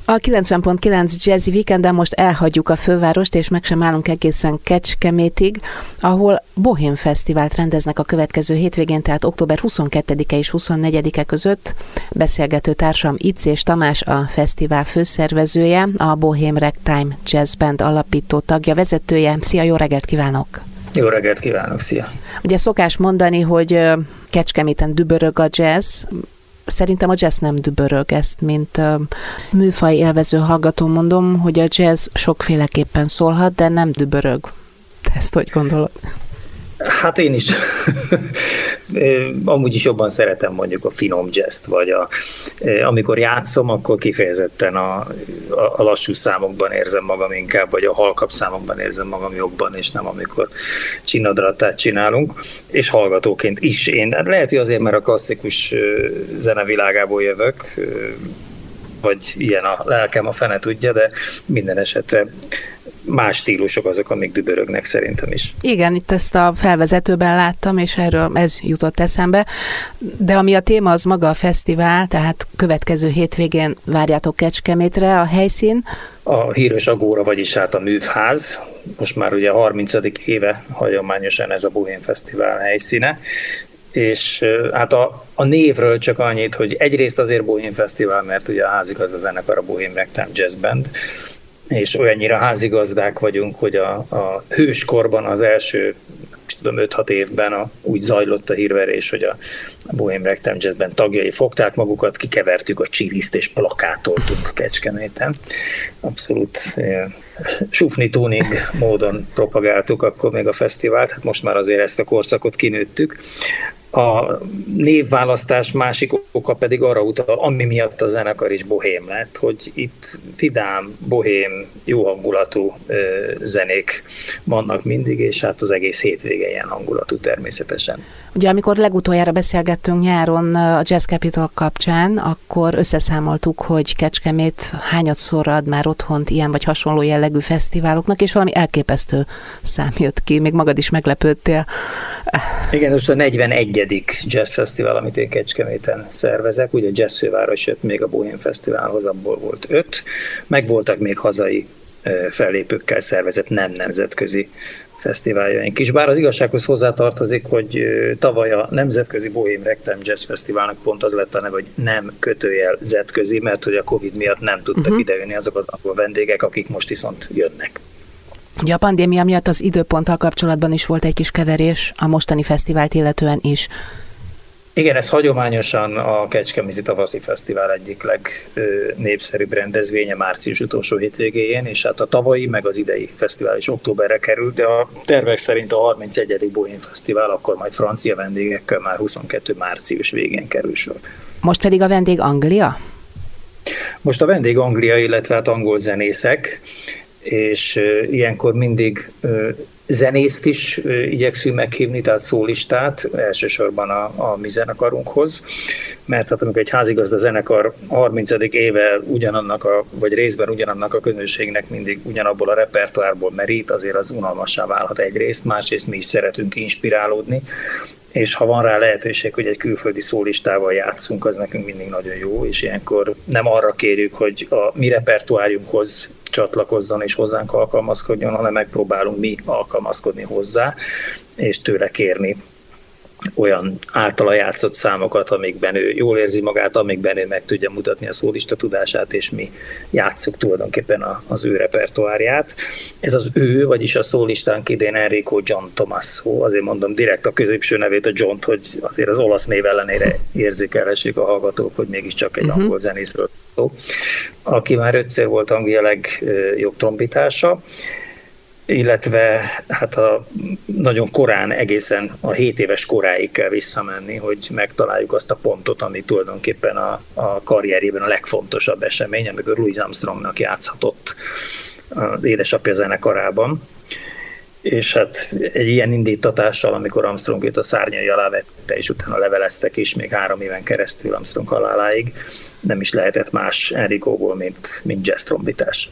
A 90.9 Jazzy Weekenden most elhagyjuk a fővárost, és meg sem állunk egészen Kecskemétig, ahol Bohém Fesztivált rendeznek a következő hétvégén, tehát október 22-e és 24-e között. Beszélgető társam Icés Tamás, a fesztivál főszervezője, a Bohém Ragtime Jazz Band alapító tagja, vezetője. Szia, jó reggelt kívánok! Jó reggelt kívánok, szia! Ugye szokás mondani, hogy Kecskeméten dübörög a jazz. Szerintem a jazz nem dübörög, ezt mint műfaj élvező hallgató mondom, hogy a jazz sokféleképpen szólhat, de nem dübörög. Te ezt hogy gondolod? Hát én is. Amúgy is jobban szeretem mondjuk a finom jazzt, vagy amikor játszom, akkor kifejezetten a lassú számokban érzem magam inkább, vagy a halkabb számokban érzem magam jobban, és nem amikor csinadrattát csinálunk, és hallgatóként is. Én lehet, hogy azért, mert a klasszikus zenevilágából jövök, vagy ilyen a lelkem, a fene tudja, de minden esetre más stílusok azok, amik dübörögnek szerintem is. Igen, itt ezt a felvezetőben láttam, és erről ez jutott eszembe. De ami a téma, az maga a fesztivál, tehát következő hétvégén várjátok Kecskemétre a helyszín. A híres Agóra, vagyis hát a Művház. Most már ugye a 30. éve hagyományosan ez a Bohém Fesztivál helyszíne. És hát a névről csak annyit, hogy egyrészt azért Bohém Fesztivál, mert ugye a házigazda zenekar a Bohém Ragtime Jazz Band, és olyannyira házigazdák vagyunk, hogy a hőskorban az első 5-6 évben úgy zajlott a hírverés, hogy a Bohém Ragtime Jazz Band tagjai fogták magukat, kikevertük a csiliszt és plakátoltunk Kecskeméten. Abszolút sufni tuning módon propagáltuk akkor még a fesztivált, hát most már azért ezt a korszakot kinőttük. A névválasztás másik oka pedig arra utal, ami miatt a zenekar is bohém lett, hogy itt vidám, bohém, jó hangulatú zenék vannak mindig, és hát az egész hétvége ilyen hangulatú természetesen. Ugye amikor legutoljára beszélgettünk nyáron a Jazz Capital kapcsán, akkor összeszámoltuk, hogy Kecskemét hányadszor ad már otthont ilyen vagy hasonló jellegű fesztiváloknak, és valami elképesztő szám jött ki, még magad is meglepődtél. Igen, most a 41. jazz fesztivál, amit én Kecskeméten szervezek, ugye Jazz Főváros jött még a Bohém Fesztiválhoz, abból volt 5, meg voltak még hazai fellépőkkel szervezett nem nemzetközi fesztiváljaink is. Bár az igazsághoz hozzátartozik, hogy tavaly a Nemzetközi Bohém Ragtime Jazz Fesztiválnak pont az lett a neve, hogy nem /Z-közi, mert hogy a Covid miatt nem tudtak idejönni azok az angol vendégek, akik most viszont jönnek. Ugye a pandémia miatt az időponttal kapcsolatban is volt egy kis keverés a mostani fesztivált illetően is. Igen, ez hagyományosan a Kecskeméti Tavaszi Fesztivál egyik legnépszerűbb rendezvénye március utolsó hétvégéjén, és hát a tavalyi meg az idei fesztivál is októberre került, de a tervek szerint a 31. Bohém Fesztivál akkor majd francia vendégekkel már 22. március végén kerül sor. Most pedig a vendég Anglia? Most a vendég Anglia, illetve hát angol zenészek, és ilyenkor mindig zenészt is igyekszünk meghívni, tehát szólistát, elsősorban a mi zenekarunkhoz, mert hát amikor egy házigazda zenekar 30. éve vagy részben ugyanannak a közönségnek mindig ugyanabból a repertoárból merít, azért az unalmassá válhat egyrészt, másrészt mi is szeretünk inspirálódni, és ha van rá lehetőség, hogy egy külföldi szólistával játszunk, az nekünk mindig nagyon jó, és ilyenkor nem arra kérjük, hogy a mi repertoárjunkhoz csatlakozzon és hozzánk alkalmazkodjon, hanem megpróbálunk mi alkalmazkodni hozzá, és tőle kérni olyan általa játszott számokat, amikben ő jól érzi magát, amikben ő meg tudja mutatni a szólista tudását, és mi játsszuk tulajdonképpen az ő repertoárját. Ez az ő, vagyis a szólistánk idén Enrico John Tommaso, azért mondom direkt a középső nevét, a John-t, hogy azért az olasz név ellenére érzékelhessék a hallgatók, hogy mégiscsak egy angol zenészről szó, aki már 5-szer volt Anglia legjobb trombitása, illetve hát nagyon korán, egészen a 7 éves koráig kell visszamenni, hogy megtaláljuk azt a pontot, ami tulajdonképpen a karrierjében a legfontosabb esemény, amikor Louis Armstrongnak játszhatott az édesapja zenekarában. És hát egy ilyen indítatással, amikor Armstrong őt a szárnyai alá vette, és utána leveleztek is még 3 éven keresztül Armstrong haláláig, nem is lehetett más Enricóból, mint jazz trombitás.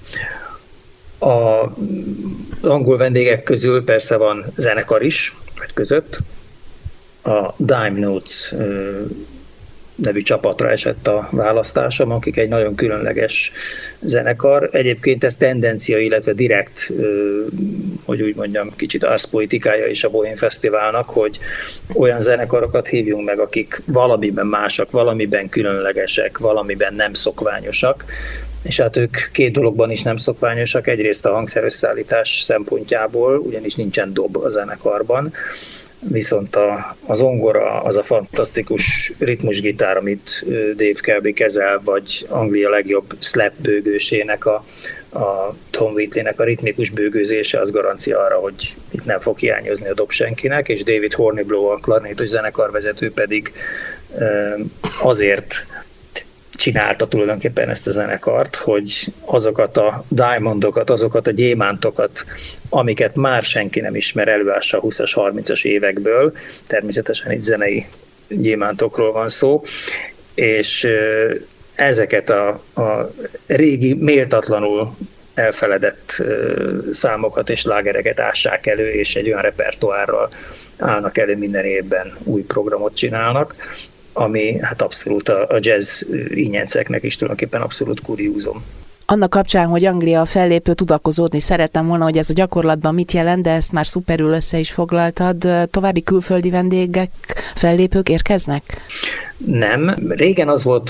Az angol vendégek közül persze van zenekar is, vagy között. A Dime Notes nevű csapatra esett a választásom, akik egy nagyon különleges zenekar. Egyébként ez tendencia, illetve direkt, hogy úgy mondjam, kicsit arszpolitikája is a Bohém Fesztiválnak, hogy olyan zenekarokat hívjunk meg, akik valamiben másak, valamiben különlegesek, valamiben nem szokványosak, és hát ők két dologban is nem szokványosak. Egyrészt a hangszerösszeállítás szempontjából, ugyanis nincsen dob a zenekarban, viszont a zongora, az a fantasztikus ritmusgitár, amit Dave Kelby kezel, vagy Anglia legjobb slap bőgősének, a Tom Wheatleynek a ritmikus bőgőzése, az garancia arra, hogy itt nem fog hiányozni a dob senkinek, és David Horniblow, a klarnétos zenekarvezető pedig azért csinálta tulajdonképpen ezt a zenekart, hogy azokat a diamondokat, azokat a gyémántokat, amiket már senki nem ismer, előássa a 20-as, 30-as évekből, természetesen itt zenei gyémántokról van szó, és ezeket a régi, méltatlanul elfeledett számokat és lágereket ássák elő, és egy olyan repertoárral állnak elő, minden évben új programot csinálnak, ami hát abszolút a jazz ínyenceknek is tulajdonképpen abszolút kuriózum. Annak kapcsán, hogy Anglia fellépő tudakozódni, szerettem volna, hogy ez a gyakorlatban mit jelent, de ezt már szuperül össze is foglaltad. További külföldi vendégek, fellépők érkeznek? Nem. Régen az volt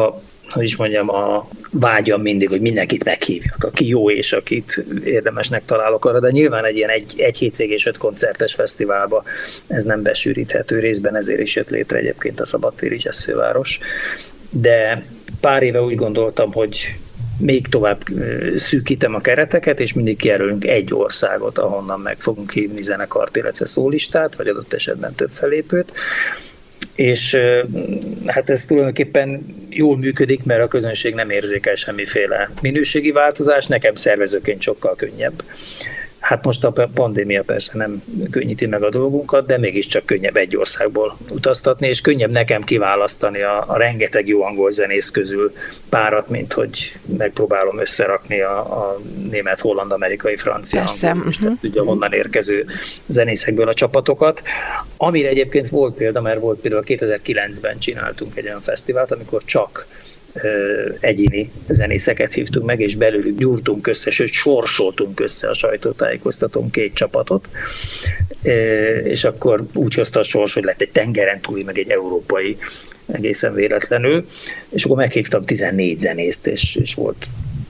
a vágyam mindig, hogy mindenkit meghívjak, aki jó és akit érdemesnek találok arra, de nyilván egy ilyen egy hétvégés 5 koncertes fesztiválba ez nem besűríthető, részben ezért is jött létre egyébként a Szabadtéri Jazz Főváros. De pár éve úgy gondoltam, hogy még tovább szűkítem a kereteket, és mindig kijelölünk egy országot, ahonnan meg fogunk hívni zenekart, illetve szólistát, vagy adott esetben több fellépőt. És hát ez tulajdonképpen jól működik, mert a közönség nem érzékel semmiféle minőségi változást, nekem szervezőként sokkal könnyebb. Hát most a pandémia persze nem könnyíti meg a dolgunkat, de mégiscsak könnyebb egy országból utaztatni, és könnyebb nekem kiválasztani a rengeteg jó angol zenész közül párat, mint hogy megpróbálom összerakni a német, holland, amerikai, francia, angol, és tehát ugye honnan érkező zenészekből a csapatokat. Amire egyébként volt példa, mert volt például 2009-ben csináltunk egy olyan fesztivált, amikor csak egyéni zenészeket hívtunk meg, és belőlük gyúrtunk össze, sőt sorsoltunk össze a sajtótájékoztatón 2 csapatot, és akkor úgy hozta a sors, hogy lett egy tengeren túli, meg egy európai, egészen véletlenül, és akkor meghívtam 14 zenészt, és volt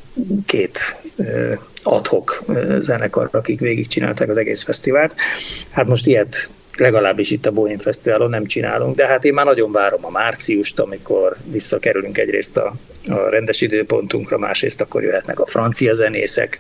2 ad-hoc zenekar, akik végigcsinálták az egész fesztivált. Hát most ilyet legalábbis itt a Bohém Fesztiválon nem csinálunk, de hát én már nagyon várom a márciust, amikor visszakerülünk egyrészt a rendes időpontunkra, másrészt akkor jöhetnek a francia zenészek,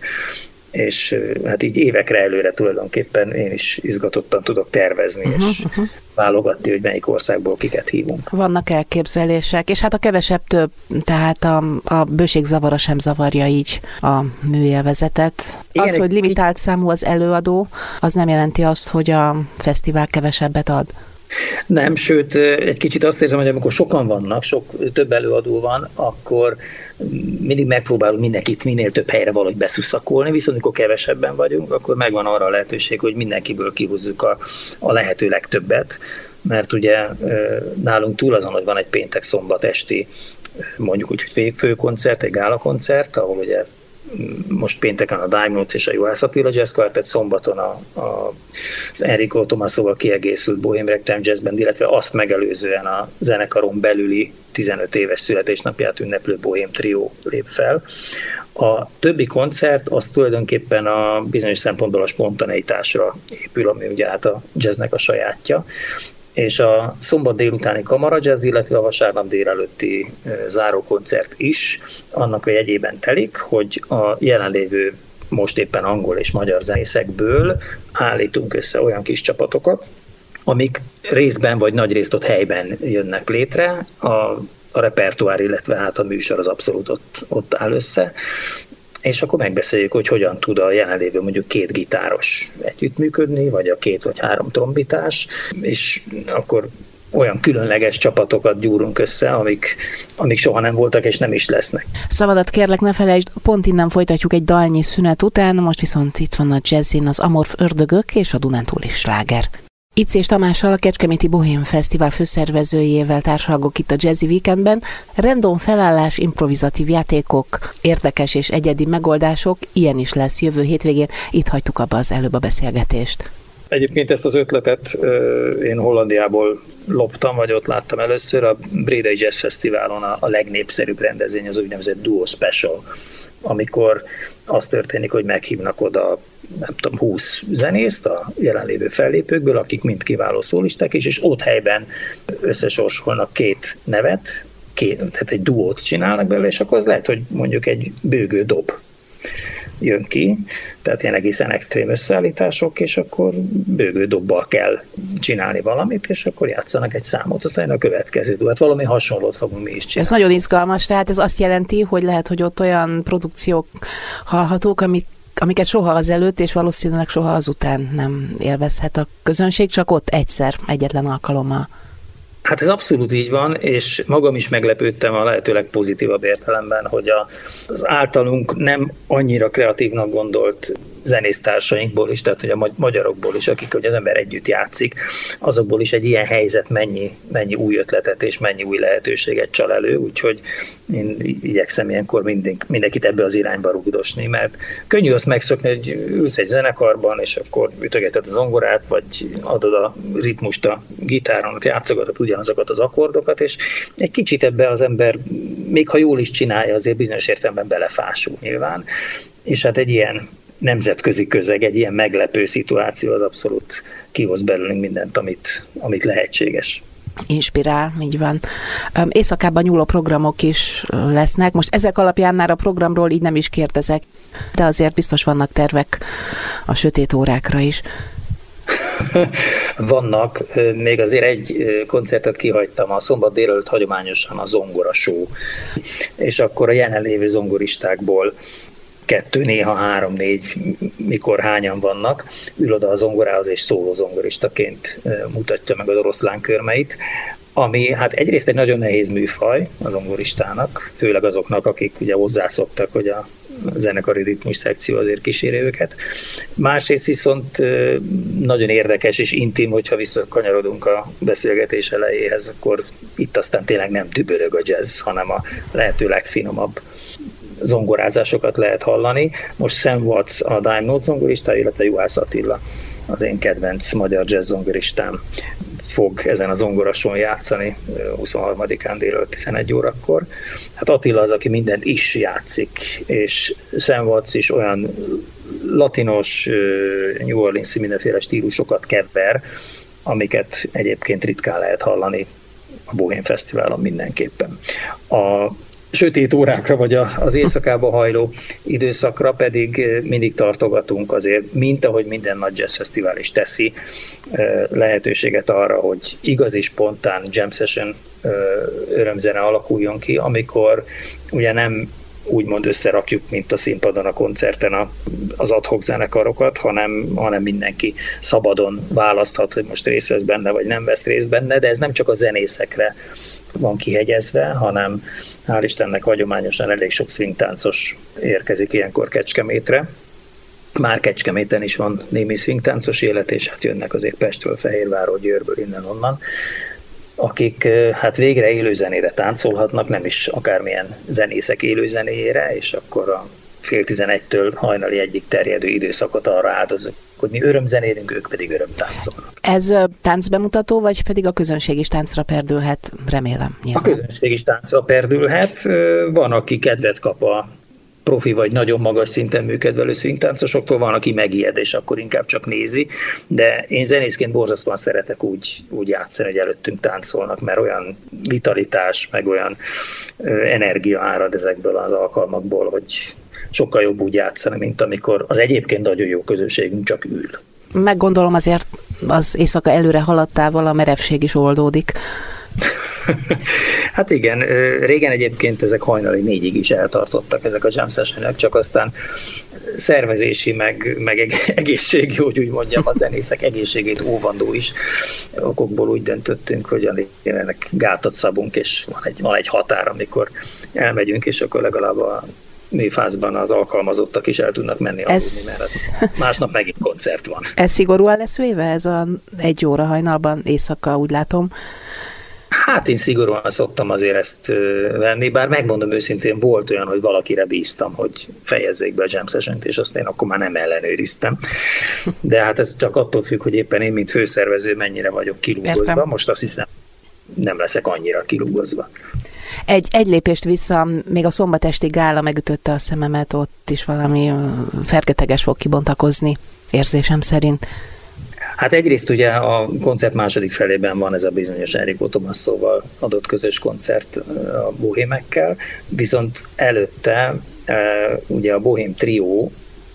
és hát így évekre előre tulajdonképpen én is izgatottan tudok tervezni, és válogatni, hogy melyik országból kiket hívunk. Vannak elképzelések, és hát a kevesebb több, tehát a bőség zavara sem zavarja így a műélvezetet. Igen, az, hogy limitált számú az előadó, az nem jelenti azt, hogy a fesztivál kevesebbet ad. Nem, sőt, egy kicsit azt érzem, hogy amikor sokan vannak, több előadó van, akkor mindig megpróbálunk mindenkit minél több helyre valahogy beszuszakolni, viszont amikor kevesebben vagyunk, akkor megvan arra a lehetőség, hogy mindenkiből kihúzzuk a lehető legtöbbet, mert ugye nálunk túl azon, hogy van egy péntek-szombat esti, mondjuk úgy, hogy főkoncert, egy gálakoncert, ahol ugye most pénteken a Diamonds és a Juhász Attila Jazz Quartet, szombaton az Enrico Tomaszóval kiegészült Bohém Ragtime Jazz Band, illetve azt megelőzően a zenekaron belüli 15 éves születésnapját ünneplő Bohém Trio lép fel. A többi koncert az tulajdonképpen a bizonyos szempontból a spontaneitásra épül, ami ugye hát a jazznek a sajátja, és a szombat délutáni kamara jazz, illetve a vasárnap délelőtti zárókoncert is annak a jegyében telik, hogy a jelenlévő most éppen angol és magyar zenészekből állítunk össze olyan kis csapatokat, amik részben vagy nagy részt ott helyben jönnek létre, a repertoár, illetve hát a műsor az abszolút ott áll össze, és akkor megbeszéljük, hogy hogyan tud a jelenlévő mondjuk 2 gitáros együttműködni, vagy a 2 vagy 3 trombitás, és akkor olyan különleges csapatokat gyúrunk össze, amik soha nem voltak és nem is lesznek. Szabadat kérlek, ne felejtsd, pont innen folytatjuk egy dalnyi szünet után, most viszont itt van a Jazzin az Amorf Ördögök és a Dunántúli sláger. Icés Tamással, a Kecskeméti Bohém Fesztivál főszervezőjével társalgok itt a Jazzy Weekendben. Random felállás, improvizatív játékok, érdekes és egyedi megoldások, ilyen is lesz jövő hétvégén. Itt hagytuk abba az előbb a beszélgetést. Egyébként ezt az ötletet én Hollandiából loptam, vagy ott láttam először. A Brédai Jazz Fesztiválon a legnépszerűbb rendezvény az úgynevezett Duo Special, amikor az történik, hogy meghívnak oda, nem tudom, 20 zenészt a jelenlévő fellépőkből, akik mind kiváló szólisták is, és ott helyben összesorsolnak két nevet, tehát egy duót csinálnak belőle, és akkor az lehet, hogy mondjuk egy bőgő dob jön ki, tehát ilyen egészen extrém összeállítások, és akkor bőgő dobbal kell csinálni valamit, és akkor játszanak egy számot, aztán a következő duó. Hát valami hasonlót fogunk mi is csinálni. Ez nagyon izgalmas, tehát ez azt jelenti, hogy lehet, hogy ott olyan produkciók hallhatók, amiket soha azelőtt, és valószínűleg soha azután nem élvezhet a közönség, csak ott egyszer, egyetlen alkalommal. Hát ez abszolút így van, és magam is meglepődtem a lehetőleg pozitívabb értelemben, hogy az általunk nem annyira kreatívnak gondolt zenésztársainkból is, tehát hogy a magyarokból is, akik, hogy az ember együtt játszik, azokból is egy ilyen helyzet mennyi új ötletet és mennyi új lehetőséget csal elő, úgyhogy én igyekszem ilyenkor mindenkit ebbe az irányba rugdosni, mert könnyű azt megszokni, hogy ülsz egy zenekarban, és akkor ütögeted a zongorát, vagy adod a ritmust a gitáron, ott játszogatod ugyanazokat az akkordokat, és egy kicsit ebbe az ember, még ha jól is csinálja, azért bizonyos értelemben belefásul nyilván, és hát egy ilyen nemzetközi közeg, egy ilyen meglepő szituáció az abszolút kihoz belőlünk mindent, amit lehetséges. Inspirál, így van. Éjszakában nyúló programok is lesznek. Most ezek alapján már a programról így nem is kérdezek, de azért biztos vannak tervek a sötét órákra is. Vannak, még azért egy koncertet kihagytam, a szombat délelőtt hagyományosan a zongora show, és akkor a jelenlévő zongoristákból 2, néha 3, 4, mikor hányan vannak, ül oda a zongorához és szóló zongoristaként mutatja meg az oroszlán körmeit, ami hát egyrészt egy nagyon nehéz műfaj a zongoristának, főleg azoknak, akik ugye hozzászoktak, hogy a zenekari ritmus szekció azért kíséri őket. Másrészt viszont nagyon érdekes és intim, hogyha visszakanyarodunk a beszélgetés elejéhez, akkor itt aztán tényleg nem dübörög a jazz, hanem a lehető legfinomabb zongorázásokat lehet hallani. Most Sam Watts a Dime Note zongorista, illetve Juhász Attila, az én kedvenc magyar jazz zongoristám, fog ezen a zongorason játszani 23-án délelőtt 11 órakor. Hát Attila az, aki mindent is játszik, és Sam Watts is olyan latinos, New Orleans-i mindenféle stílusokat kever, amiket egyébként ritkán lehet hallani a Bohém Fesztiválon mindenképpen. A sötét órákra, vagy az éjszakába hajló időszakra pedig mindig tartogatunk azért, mint ahogy minden nagy jazzfesztivál is teszi, lehetőséget arra, hogy igazi, spontán jam session örömzene alakuljon ki, amikor ugye nem úgymond összerakjuk, mint a színpadon, a koncerten az ad hoc zenekarokat, hanem mindenki szabadon választhat, hogy most részt vesz benne, vagy nem vesz részt benne, de ez nem csak a zenészekre van kihegyezve, hanem hál' Istennek hagyományosan elég sok swingtáncos érkezik ilyenkor Kecskemétre. Már Kecskeméten is van némi swingtáncos élet, és hát jönnek azért Pestről, Fehérvárról, Győrből, innen-onnan, akik hát végre élőzenére táncolhatnak, nem is akármilyen zenészek élőzenéjére, és akkor a 10:30-től hajnali egyik terjedő időszakot arra áldozunk, hogy mi örömzenélünk, ők pedig örömtáncolnak. Ez táncbemutató, vagy pedig a közönség is táncra perdülhet, remélem? Nyilván. A közönség is táncra perdülhet. Van, aki kedvet kap a profi vagy nagyon magas szinten működvelő swingtáncosoktól, van, aki megijed, és akkor inkább csak nézi, de én zenészként borzasztóan szeretek úgy játszani, hogy előttünk táncolnak, mert olyan vitalitás, meg olyan energia árad ezekből az alkalmakból, hogy sokkal jobb úgy játszani, mint amikor az egyébként nagyon jó közönségünk csak ül. Meggondolom azért az éjszaka előre haladtával a merevség is oldódik. Hát igen, régen egyébként ezek hajnali 4-ig is eltartottak ezek a jam sessionök, csak aztán szervezési, meg egészségi, hogy úgy mondjam, a zenészek egészségét óvandó is okokból úgy döntöttünk, hogy ennek gátat szabunk, és van egy határ, amikor elmegyünk, és akkor legalább a műfázban az alkalmazottak is el tudnak menni aludni, mert másnap megint koncert van. Ez szigorúan lesz véve, ez a 1 óra hajnalban, éjszaka, úgy látom? Hát én szigorúan szoktam azért ezt venni, bár megmondom őszintén, volt olyan, hogy valakire bíztam, hogy fejezzék be a jam sessiont, és azt én akkor már nem ellenőriztem. De hát ez csak attól függ, hogy éppen én, mint főszervező, mennyire vagyok kilúgozva. Értem. Most azt hiszem, nem leszek annyira kilúgozva. Egy lépést vissza, még a szombatesti gála megütötte a szememet, ott is valami fergeteges fog kibontakozni, érzésem szerint. Hát egyrészt ugye a koncert második felében van ez a bizonyos Enrico Tomassóval adott közös koncert a bohémekkel, viszont előtte ugye a Bohém Trió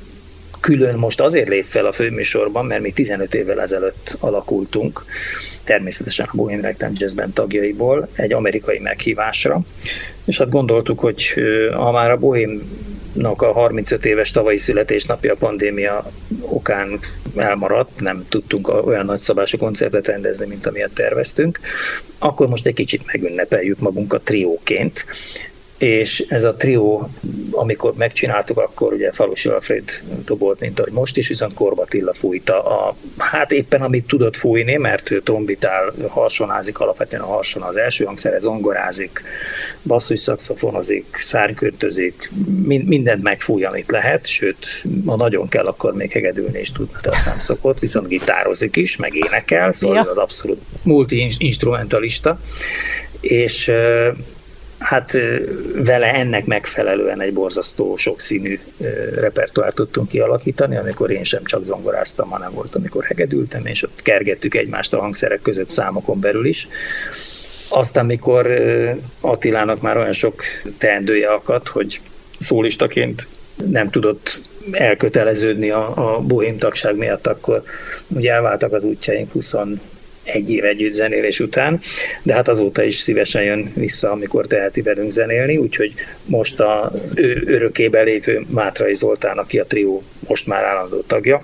külön most azért lép fel a főműsorban, mert mi 15 évvel ezelőtt alakultunk, természetesen a Bohém Ragtime Jazz Band tagjaiból, egy amerikai meghívásra, és hát gondoltuk, hogy ha már a Bohémnak a 35 éves tavalyi születésnapja a pandémia okán elmaradt, nem tudtunk olyan nagyszabású koncertet rendezni, mint amilyet terveztünk, akkor most egy kicsit megünnepeljük magunkat trióként, és ez a trió, amikor megcsináltuk, akkor ugye Falusi Alfred dobolt, mint ahogy most is, viszont Korb Attila fújta hát éppen amit tudott fújni, mert ő trombitál, harsonázik, alapvetően a harson az első hangszere, zongorázik, basszus szaxofonozik, szárnyköntözik, mindent megfúj, amit lehet, sőt, ha nagyon kell, akkor még hegedülni is tud, de azt nem szokott, viszont gitározik is, meg énekel, szóval az abszolút multi-instrumentalista, és hát vele ennek megfelelően egy borzasztó sokszínű repertoárt tudtunk kialakítani, amikor én sem csak zongoráztam, hanem volt, amikor hegedültem, és ott kergettük egymást a hangszerek között számokon belül is. Aztán, mikor Attilának már olyan sok teendője akadt, hogy szólistaként nem tudott elköteleződni a bohém tagság miatt, akkor ugye elváltak az útjaink 21 év együtt zenélés után, de hát azóta is szívesen jön vissza, amikor teheti velünk zenélni, úgyhogy most az ő örökében lévő Mátrai Zoltán, aki a trió most már állandó tagja,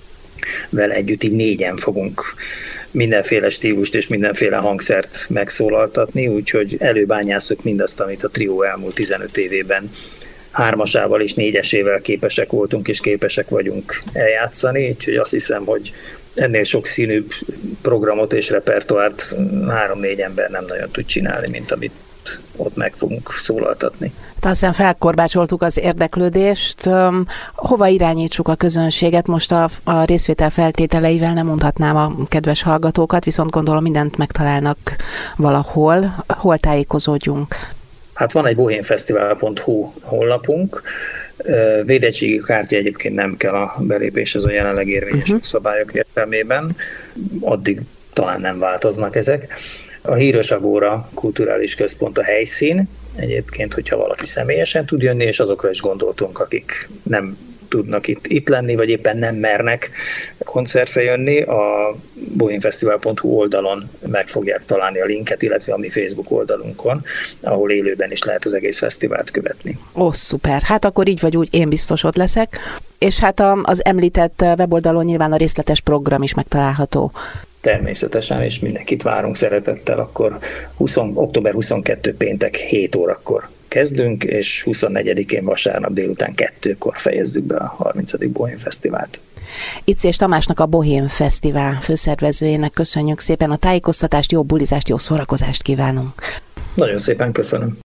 vele együtt így 4-en fogunk mindenféle stílust és mindenféle hangszert megszólaltatni, úgyhogy előbányásszuk mindazt, amit a trió elmúlt 15 évében 3-asával és 4-esével képesek voltunk és képesek vagyunk eljátszani, úgyhogy azt hiszem, hogy ennél sokszínűbb programot és repertoárt 3-4 ember nem nagyon tud csinálni, mint amit ott meg fogunk szólaltatni. Aztán felkorbácsoltuk az érdeklődést. Hova irányítsuk a közönséget? Most a részvétel feltételeivel nem mondhatnám a kedves hallgatókat, viszont gondolom mindent megtalálnak valahol. Hol tájékozódjunk? Hát van egy bohémfesztivál.hu honlapunk. Védettségi kártya egyébként nem kell a belépéshez a jelenleg érvényes szabályok értelmében. Addig talán nem változnak ezek. A Híros Agóra Kulturális Központ a helyszín, egyébként, hogyha valaki személyesen tud jönni, és azokra is gondoltunk, akik nem tudnak itt lenni, vagy éppen nem mernek koncertre jönni, a bohémfesztivál.hu oldalon meg fogják találni a linket, illetve a mi Facebook oldalunkon, ahol élőben is lehet az egész fesztivált követni. Ó, szuper! Hát akkor így vagy úgy, én biztos ott leszek. És hát az említett weboldalon nyilván a részletes program is megtalálható. Természetesen, és mindenkit várunk szeretettel, akkor október 22 péntek 7 órakor kezdünk, és 24-én vasárnap délután 2-kor fejezzük be a 30. Bohém Fesztivált. Icés Tamásnak, a Bohém Fesztivál főszervezőjének köszönjük szépen a tájékoztatást, jó bulizást, jó szórakozást kívánunk. Nagyon szépen köszönöm.